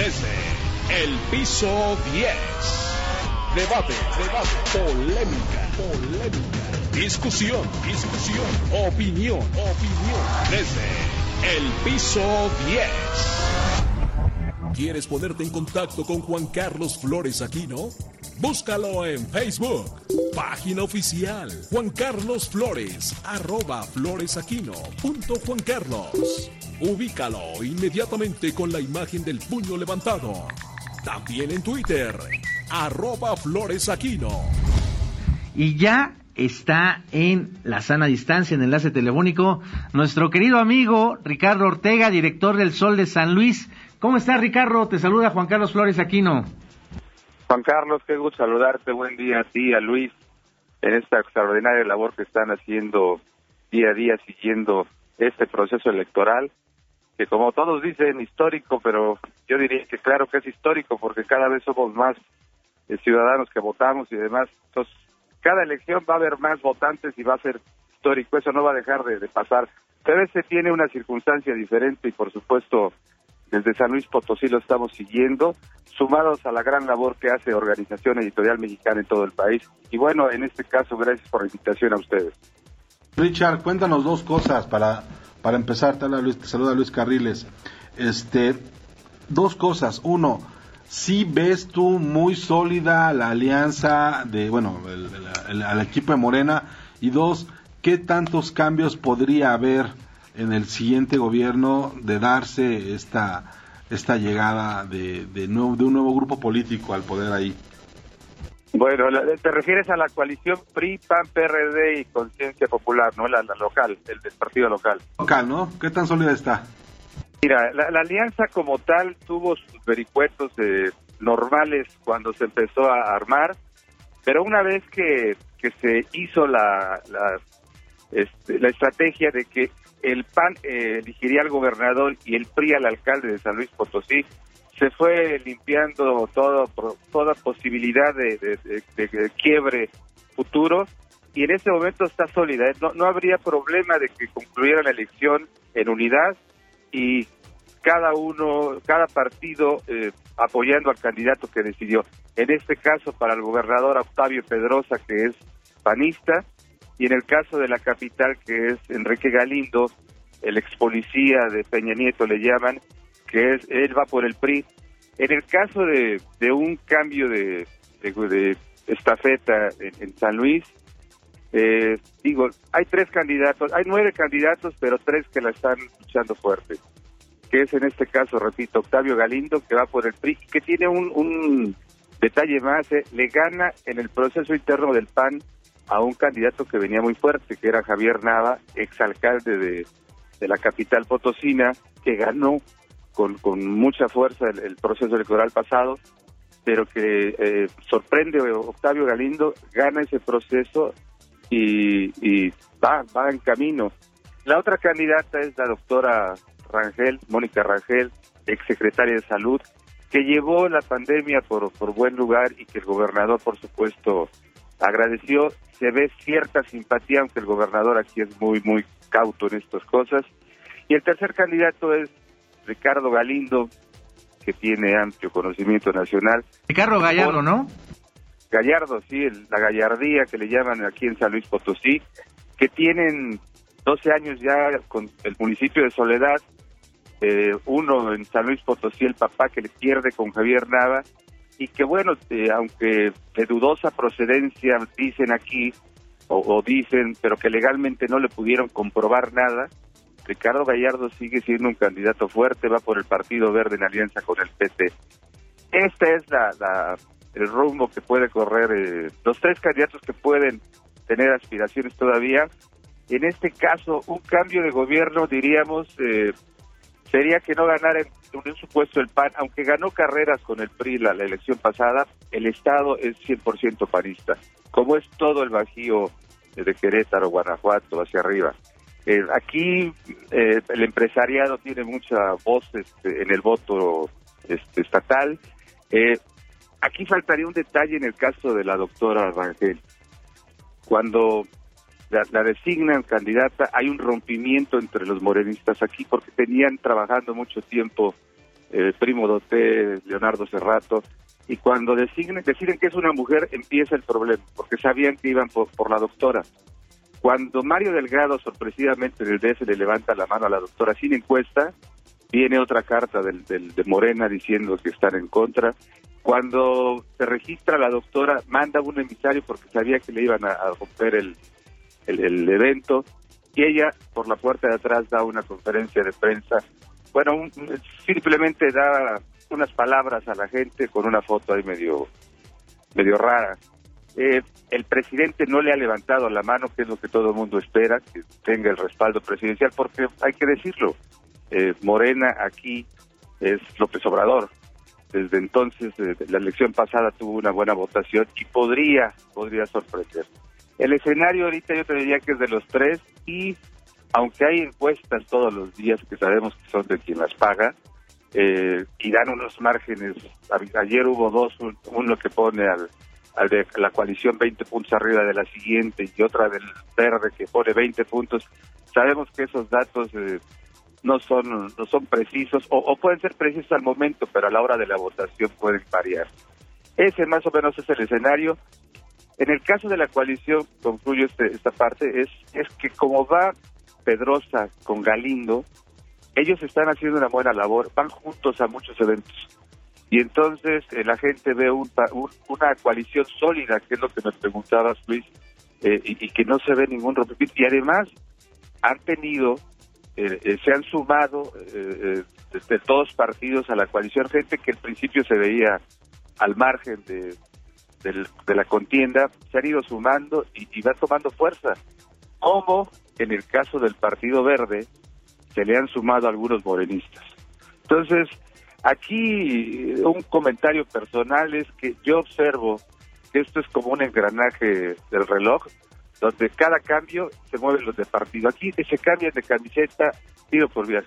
desde el piso 10. Debate, polémica, discusión, opinión, desde el piso 10. ¿Quieres ponerte en contacto con Juan Carlos Flores Aquino? Búscalo en Facebook, página oficial Juan Carlos Flores, @floresaquino.juancarlos. Ubícalo inmediatamente con la imagen del puño levantado. También en Twitter, @floresaquino. Y ya está en la sana distancia, en enlace telefónico, nuestro querido amigo Ricardo Ortega, director del Sol de San Luis. ¿Cómo estás, Ricardo? Te saluda Juan Carlos Flores Aquino. Juan Carlos, qué gusto saludarte. Buen día a ti, a Luis, en esta extraordinaria labor que están haciendo día a día, siguiendo este proceso electoral, que como todos dicen, histórico, pero yo diría que claro que es histórico, porque cada vez somos más ciudadanos que votamos y demás. Entonces, cada elección va a haber más votantes y va a ser histórico, eso no va a dejar de pasar. Pero ese tiene una circunstancia diferente y, por supuesto, desde San Luis Potosí lo estamos siguiendo, sumados a la gran labor que hace Organización Editorial Mexicana en todo el país. Y bueno, en este caso, gracias por la invitación a ustedes. Richard, cuéntanos dos cosas para empezar. Te saluda Luis Carriles. Dos cosas. Uno, ¿sí ves tú muy sólida la alianza de, al equipo de Morena? Y dos, ¿qué tantos cambios podría haber en el siguiente gobierno de darse esta llegada de un nuevo grupo político al poder ahí? Bueno, te refieres a la coalición PRI, PAN, PRD y Conciencia Popular, ¿no? La local, el del partido local. Local, ¿no? ¿Qué tan sólida está? Mira, la alianza como tal tuvo sus vericuetos normales cuando se empezó a armar, pero una vez que se hizo la estrategia de que el PAN elegiría al gobernador y el PRI al alcalde de San Luis Potosí, se fue limpiando toda posibilidad de quiebre futuro, y en ese momento está sólida. No habría problema de que concluyera la elección en unidad y cada partido apoyando al candidato que decidió. En este caso, para el gobernador Octavio Pedrosa, que es panista, y en el caso de la capital, que es Enrique Galindo, el ex policía de Peña Nieto le llaman, que él va por el PRI. En el caso de un cambio de estafeta en San Luis, hay 3 candidatos, hay 9 candidatos, pero 3 que la están luchando fuerte, que es en este caso, repito, Octavio Galindo, que va por el PRI, que tiene un detalle más, le gana en el proceso interno del PAN a un candidato que venía muy fuerte, que era Javier Nava, exalcalde de la capital potosina, que ganó con mucha fuerza el proceso electoral pasado, pero que sorprende Octavio Galindo, gana ese proceso y va en camino. La otra candidata es la doctora Rangel, Mónica Rangel, exsecretaria de Salud, que llevó la pandemia por buen lugar y que el gobernador, por supuesto, agradeció. Se ve cierta simpatía, aunque el gobernador aquí es muy, muy cauto en estas cosas. Y el tercer candidato es Ricardo Galindo, que tiene amplio conocimiento nacional. Ricardo Gallardo, ¿no? Gallardo, sí, la gallardía que le llaman aquí en San Luis Potosí, que tienen 12 años ya con el municipio de Soledad, uno en San Luis Potosí, el papá que le pierde con Javier Nava, y que bueno, aunque de dudosa procedencia dicen aquí, o dicen, pero que legalmente no le pudieron comprobar nada, Ricardo Gallardo sigue siendo un candidato fuerte, va por el Partido Verde en alianza con el PT. Este es el rumbo que puede correr, los 3 candidatos que pueden tener aspiraciones todavía. En este caso, un cambio de gobierno, diríamos, sería que no ganara en un supuesto el PAN, aunque ganó carreras con el PRI la elección pasada, el Estado es 100% panista, como es todo el Bajío de Querétaro, Guanajuato, hacia arriba. Aquí el empresariado tiene mucha voz en el voto estatal. Aquí faltaría un detalle en el caso de la doctora Rangel. Cuando la designan candidata, hay un rompimiento entre los morenistas aquí, porque tenían trabajando mucho tiempo Primo Doté, Leonardo Cerrato, y cuando deciden que es una mujer, empieza el problema, porque sabían que iban por la doctora. Cuando Mario Delgado sorpresivamente en el DF le levanta la mano a la doctora sin encuesta, viene otra carta de Morena diciendo que están en contra. Cuando se registra la doctora, manda un emisario porque sabía que le iban a romper el evento, y ella por la puerta de atrás da una conferencia de prensa. Bueno, simplemente da unas palabras a la gente con una foto ahí medio rara. El presidente no le ha levantado la mano, que es lo que todo el mundo espera, que tenga el respaldo presidencial, porque hay que decirlo, Morena aquí es López Obrador. Desde entonces, la elección pasada tuvo una buena votación y podría sorprender. El escenario ahorita yo te diría que es de los tres, y aunque hay encuestas todos los días que sabemos que son de quien las paga, y dan unos márgenes, ayer hubo dos, uno que pone al de la coalición 20 puntos arriba de la siguiente y otra del Verde que pone 20 puntos, sabemos que esos datos no son precisos, o pueden ser precisos al momento, pero a la hora de la votación pueden variar. Ese más o menos es el escenario. En el caso de la coalición, concluyo esta parte, es que como va Pedrosa con Galindo, ellos están haciendo una buena labor, van juntos a muchos eventos, y entonces la gente ve una coalición sólida, que es lo que me preguntabas, Luis, y que no se ve ningún rompimiento, y además han tenido, se han sumado de todos partidos a la coalición, gente que al principio se veía al margen de la contienda, se han ido sumando y va tomando fuerza, como en el caso del Partido Verde se le han sumado algunos morenistas. Entonces, aquí un comentario personal es que yo observo que esto es como un engranaje del reloj, donde cada cambio se mueven los de partido. Aquí se cambian de camiseta tiro por viaje.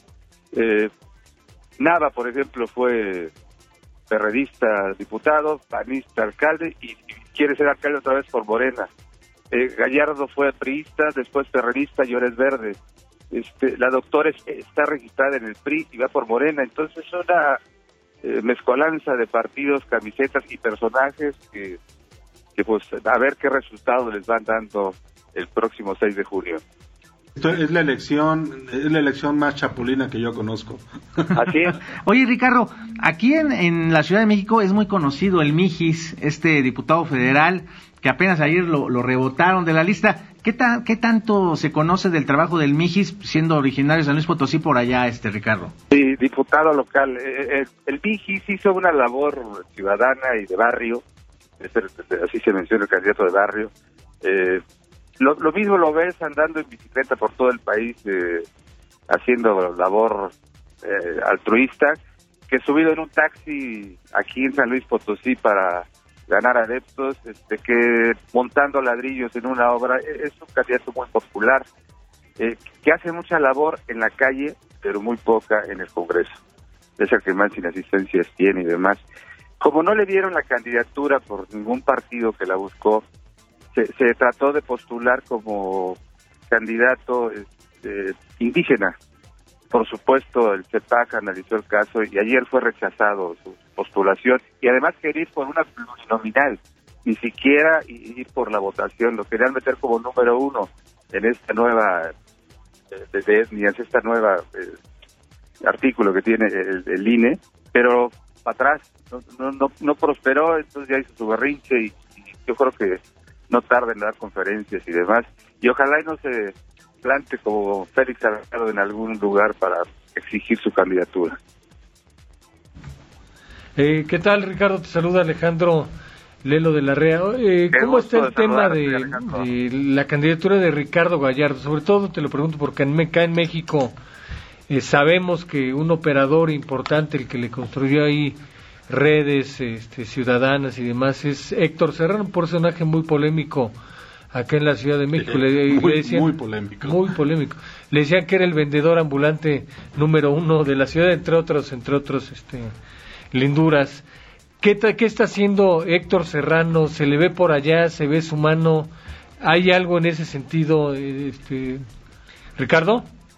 Nava, por ejemplo, fue perredista diputado, panista alcalde, y quiere ser alcalde otra vez por Morena. Gallardo fue priista, después perredista y ahora es verde. La doctora está registrada en el PRI y va por Morena. Entonces es una mezcolanza de partidos, camisetas y personajes que pues a ver qué resultados les van dando el próximo 6 de junio. Esto es la elección más chapulina que yo conozco. Así es. Oye, Ricardo, aquí en la Ciudad de México es muy conocido el Mijis, este diputado federal, que apenas ayer lo rebotaron de la lista. ¿Qué tanto se conoce del trabajo del Mijis, siendo originario de San Luis Potosí por allá, Ricardo? Sí, diputado local. El Mijis hizo una labor ciudadana y de barrio, así se menciona el candidato de barrio. Lo mismo lo ves andando en bicicleta por todo el país, haciendo labor altruista, que subido en un taxi aquí en San Luis Potosí para ganar adeptos, que montando ladrillos en una obra. Es un candidato muy popular, que hace mucha labor en la calle, pero muy poca en el Congreso. Es el que más inasistencias tiene y demás. Como no le dieron la candidatura por ningún partido que la buscó, se trató de postular como candidato indígena. Por supuesto, el CEPAC analizó el caso y ayer fue rechazado su postulación, y además quería ir por una plurinominal, ni siquiera ir por la votación, lo querían meter como número 1 en esta nueva de etnias, esta nueva artículo que tiene el INE, pero para atrás no prosperó. Entonces ya hizo su berrinche y yo creo que no tarda en dar conferencias y demás, y ojalá y no se plante como Félix Salgado en algún lugar para exigir su candidatura. ¿Qué tal, Ricardo? Te saluda Alejandro Lelo de la Rea. ¿Cómo está el tema de la candidatura de Ricardo Gallardo? Sobre todo te lo pregunto porque acá en México sabemos que un operador importante, el que le construyó ahí redes ciudadanas y demás, es Héctor Serrano, un personaje muy polémico acá en la Ciudad de México. Le decían, muy polémico. Le decían que era el vendedor ambulante número 1 de la ciudad, entre otros linduras. ¿Qué está haciendo Héctor Serrano? ¿Se le ve por allá? ¿Se ve su mano? ¿Hay algo en ese sentido, Ricardo?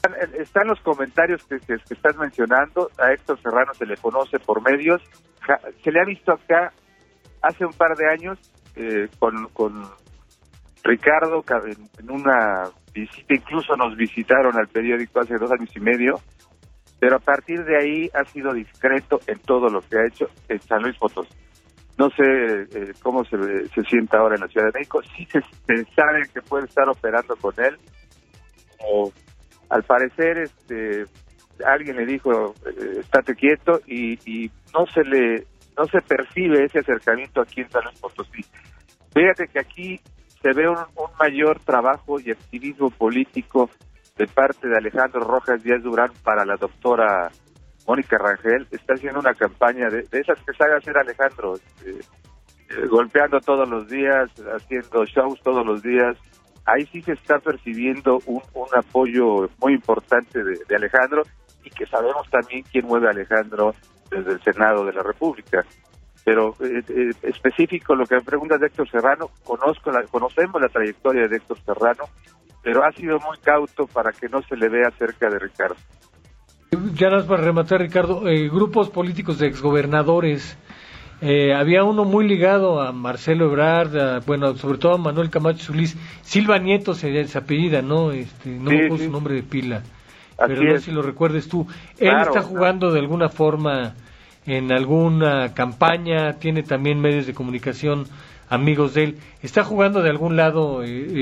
están los comentarios que estás mencionando. A Héctor Serrano se le conoce por medios. Se le ha visto acá hace un par de años con Ricardo en una visita, incluso nos visitaron al periódico hace 2 años y medio, pero a partir de ahí ha sido discreto en todo lo que ha hecho en San Luis Potosí. No sé cómo se sienta ahora en la Ciudad de México. Sí se sabe que puede estar operando con él. O, al parecer, alguien le dijo, estate quieto, y no se percibe ese acercamiento aquí en San Luis Potosí. Fíjate que aquí se ve un mayor trabajo y activismo político de parte de Alejandro Rojas Díaz Durán para la doctora Mónica Rangel. Está haciendo una campaña de esas que sabe hacer Alejandro, golpeando todos los días, haciendo shows todos los días. Ahí sí se está percibiendo un apoyo muy importante de Alejandro, y que sabemos también quién mueve a Alejandro desde el Senado de la República. Pero específico lo que me preguntas de Héctor Serrano, conocemos la trayectoria de Héctor Serrano, pero ha sido muy cauto para que no se le vea cerca de Ricardo. Ya nos para rematar, Ricardo, grupos políticos de exgobernadores, había uno muy ligado a Marcelo Ebrard, sobre todo a Manuel Camacho Solís. Silva Nieto se apellida, ¿no? No me puso su nombre de pila, pero no sé si lo recuerdes tú. Él está jugando de alguna forma en alguna campaña, tiene también medios de comunicación amigos de él. ¿Está jugando de algún lado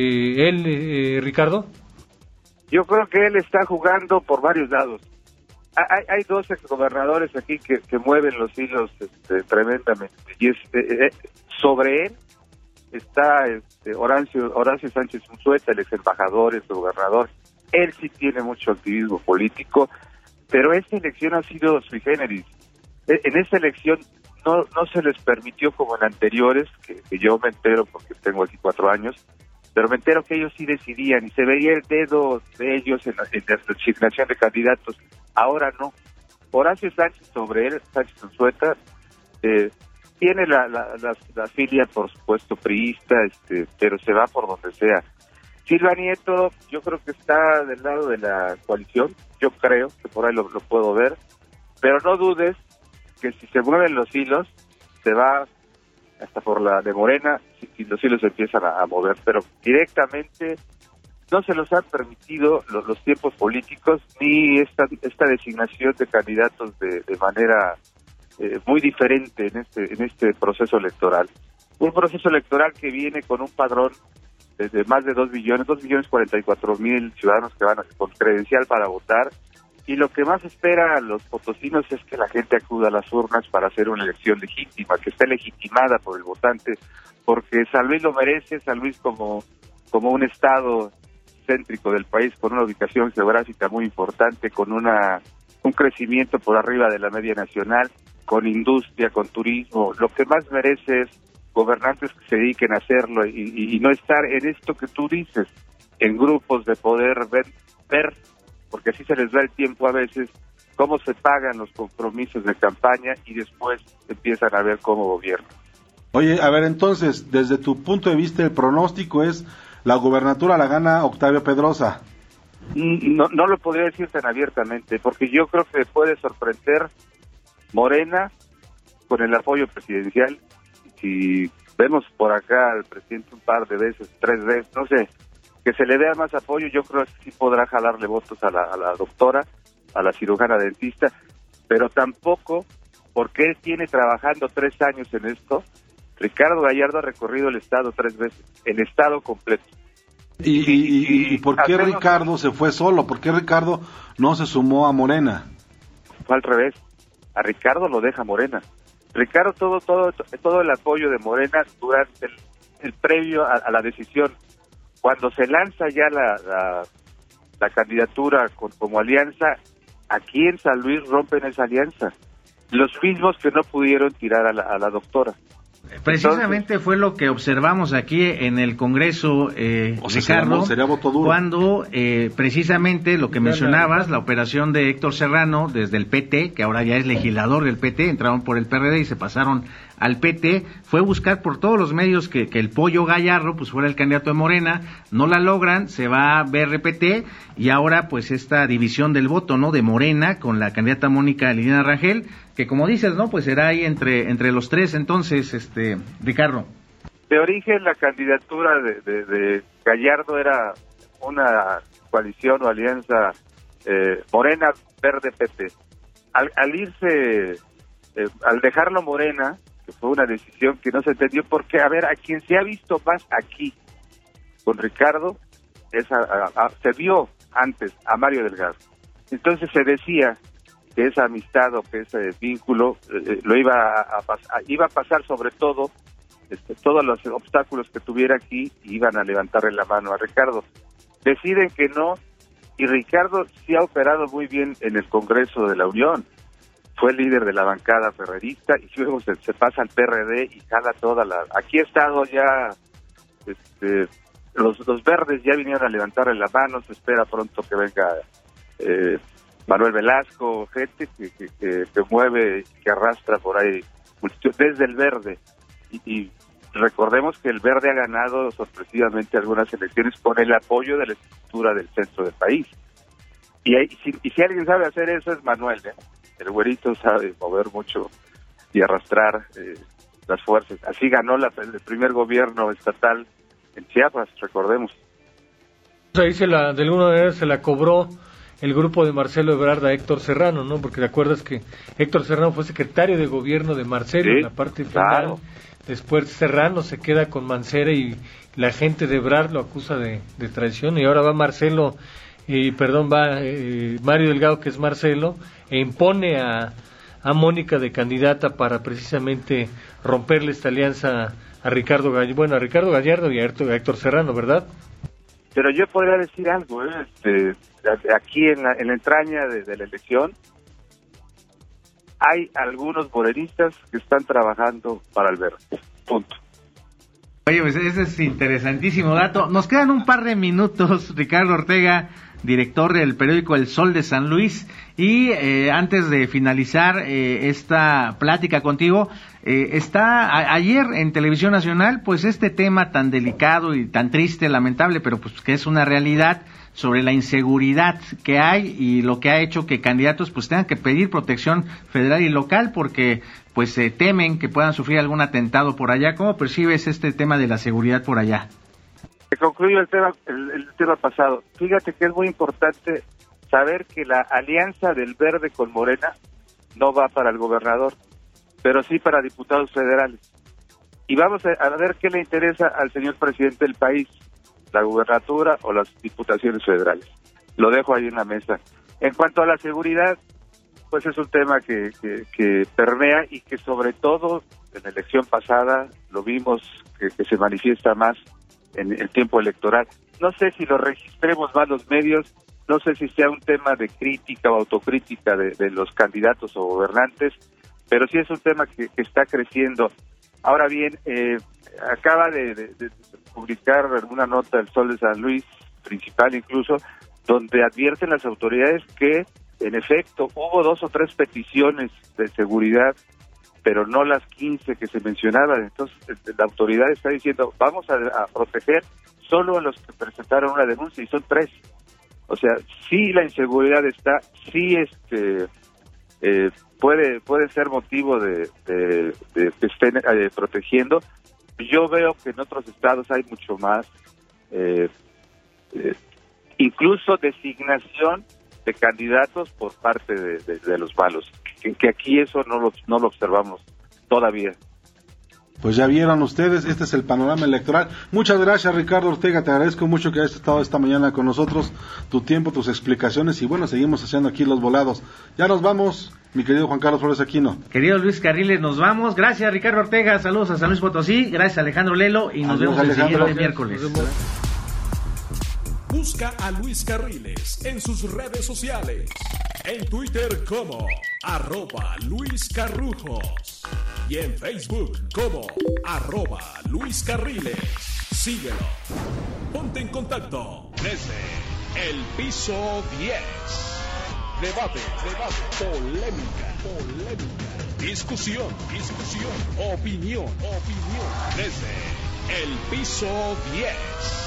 él, Ricardo? Yo creo que él está jugando por varios lados. Hay 2 exgobernadores aquí que mueven los hilos tremendamente, y sobre él está Horacio Sánchez Unzueta, el ex embajador, ex gobernador. Él sí tiene mucho activismo político, pero esta elección ha sido sui generis. En esta elección no se les permitió, como en anteriores, que yo me entero porque tengo aquí 4 años, pero me entero que ellos sí decidían, y se veía el dedo de ellos en la designación de candidatos. Ahora no. Horacio Sánchez sobre él, Sánchez Unzueta, tiene la filia, por supuesto, priista, pero se va por donde sea. Silva Nieto, yo creo que está del lado de la coalición, yo creo que por ahí lo puedo ver, pero no dudes que si se mueven los hilos, se va hasta por la de Morena, si los hilos se empiezan a mover, pero directamente no se los han permitido los tiempos políticos, ni esta designación de candidatos de manera muy diferente en este proceso electoral. Un proceso electoral que viene con un padrón de más de 2.044.000 ciudadanos que van con credencial para votar, y lo que más espera a los potosinos es que la gente acuda a las urnas para hacer una elección legítima, que esté legitimada por el votante, porque San Luis lo merece. San Luis como un estado céntrico del país, con una ubicación geográfica muy importante, con un crecimiento por arriba de la media nacional, con industria, con turismo. Lo que más merece es gobernantes que se dediquen a hacerlo y no estar en esto que tú dices, en grupos de poder ver, porque así se les da el tiempo a veces, cómo se pagan los compromisos de campaña y después empiezan a ver cómo gobiernan. Oye, a ver, entonces, desde tu punto de vista, el pronóstico es: la gubernatura la gana Octavio Pedrosa. No lo podría decir tan abiertamente, porque yo creo que puede sorprender Morena con el apoyo presidencial. Si vemos por acá al presidente un par de veces, 3 veces, no sé, que se le vea más apoyo, yo creo que sí podrá jalarle votos a la doctora, a la cirujana dentista, pero tampoco, porque él tiene trabajando 3 años en esto. Ricardo Gallardo ha recorrido el estado 3 veces, el estado completo. ¿Y por qué Ricardo se fue solo? ¿Por qué Ricardo no se sumó a Morena? Fue al revés. A Ricardo lo deja Morena. Ricardo todo el apoyo de Morena durante el previo a la decisión. Cuando se lanza ya la candidatura como alianza, aquí en San Luis rompen esa alianza. Los mismos que no pudieron tirar a la doctora. Precisamente entonces, fue lo que observamos aquí en el Congreso, Ricardo, sería voto duro. Cuando precisamente lo que mencionabas, la operación de Héctor Serrano desde el PT, que ahora ya es legislador del PT, entraron por el PRD y se pasaron al PT, fue buscar por todos los medios que el Pollo Gallardo pues fuera el candidato de Morena, no la logran, se va a BRPT y ahora pues esta división del voto, ¿no?, de Morena con la candidata Mónica Liliana Rangel, que como dices, ¿no?, pues será ahí entre los tres. Entonces, Ricardo. De origen la candidatura de Gallardo era una coalición o alianza Morena Verde PT. Al irse, al dejarlo Morena, que fue una decisión que no se entendió, porque a ver, a quien se ha visto más aquí con Ricardo se vio antes a Mario Delgado. Entonces se decía que esa amistad o que ese vínculo lo iba a pasar sobre todo todos los obstáculos que tuviera aquí, iban a levantarle la mano a Ricardo. Deciden que no, y Ricardo sí ha operado muy bien en el Congreso de la Unión. Fue líder de la bancada ferrerista y luego se pasa al PRD y jala toda la... Aquí ha estado ya, los verdes ya vinieron a levantarle la mano, se espera pronto que venga Manuel Velasco, gente que mueve, que arrastra por ahí desde el verde. Y recordemos que el verde ha ganado sorpresivamente algunas elecciones con el apoyo de la estructura del centro del país. Y si alguien sabe hacer eso es Manuel, ¿eh? El güerito sabe mover mucho y arrastrar las fuerzas. Así ganó el primer gobierno estatal en Chiapas, recordemos. Ahí de alguna manera se la cobró el grupo de Marcelo Ebrard a Héctor Serrano, ¿no? Porque te acuerdas que Héctor Serrano fue secretario de gobierno de Marcelo, sí, en la parte final. Claro. Después Serrano se queda con Mancera y la gente de Ebrard lo acusa de traición, y ahora va Mario Delgado, que es Marcelo, e impone a Mónica de candidata para precisamente romperle esta alianza a Ricardo Gallardo y a Héctor Serrano, ¿verdad? Pero yo podría decir algo, aquí en la entraña de la elección hay algunos morenistas que están trabajando para el verde, punto. Oye, pues ese es interesantísimo dato. Nos quedan un par de minutos, Ricardo Ortega, director del periódico El Sol de San Luis, y antes de finalizar esta plática contigo, está ayer en Televisión Nacional pues este tema tan delicado y tan triste, lamentable, pero pues que es una realidad, sobre la inseguridad que hay y lo que ha hecho que candidatos pues tengan que pedir protección federal y local porque pues temen que puedan sufrir algún atentado por allá. ¿Cómo percibes este tema de la seguridad por allá? Te concluyo el tema pasado. Fíjate que es muy importante saber que la alianza del Verde con Morena no va para el gobernador, pero sí para diputados federales. Y vamos a ver qué le interesa al señor presidente del país, la gubernatura o las diputaciones federales. Lo dejo ahí en la mesa. En cuanto a la seguridad, pues es un tema que permea y que sobre todo en la elección pasada lo vimos que se manifiesta más en el tiempo electoral. No sé si lo registremos más los medios, no sé si sea un tema de crítica o autocrítica de los candidatos o gobernantes, pero sí es un tema que está creciendo. Ahora bien, acaba de publicar una nota del Sol de San Luis, principal incluso, donde advierten las autoridades que, en efecto, hubo 2 o 3 peticiones de seguridad, pero no las 15 que se mencionaban. Entonces, la autoridad está diciendo, vamos a proteger solo a los que presentaron una denuncia, y son 3. O sea, sí la inseguridad está, sí puede ser motivo de que estén protegiendo. Yo veo que en otros estados hay mucho más, incluso designación de candidatos por parte de los malos, que aquí eso no lo observamos todavía. Pues ya vieron ustedes, este es el panorama electoral. Muchas gracias, Ricardo Ortega, te agradezco mucho que hayas estado esta mañana con nosotros, tu tiempo, tus explicaciones, y bueno, seguimos haciendo aquí los volados. Ya nos vamos, mi querido Juan Carlos Flores Aquino. Querido Luis Carriles, nos vamos. Gracias, Ricardo Ortega, saludos a San Luis Potosí, gracias, Alejandro Lelo, y nos vemos el siguiente miércoles. Busca a Luis Carriles en sus redes sociales, en Twitter como @LuisCarrujos. y en Facebook como @LuisCarriles. Síguelo. Ponte en contacto desde el piso 10. Debate, polémica, discusión, opinión, desde el piso 10.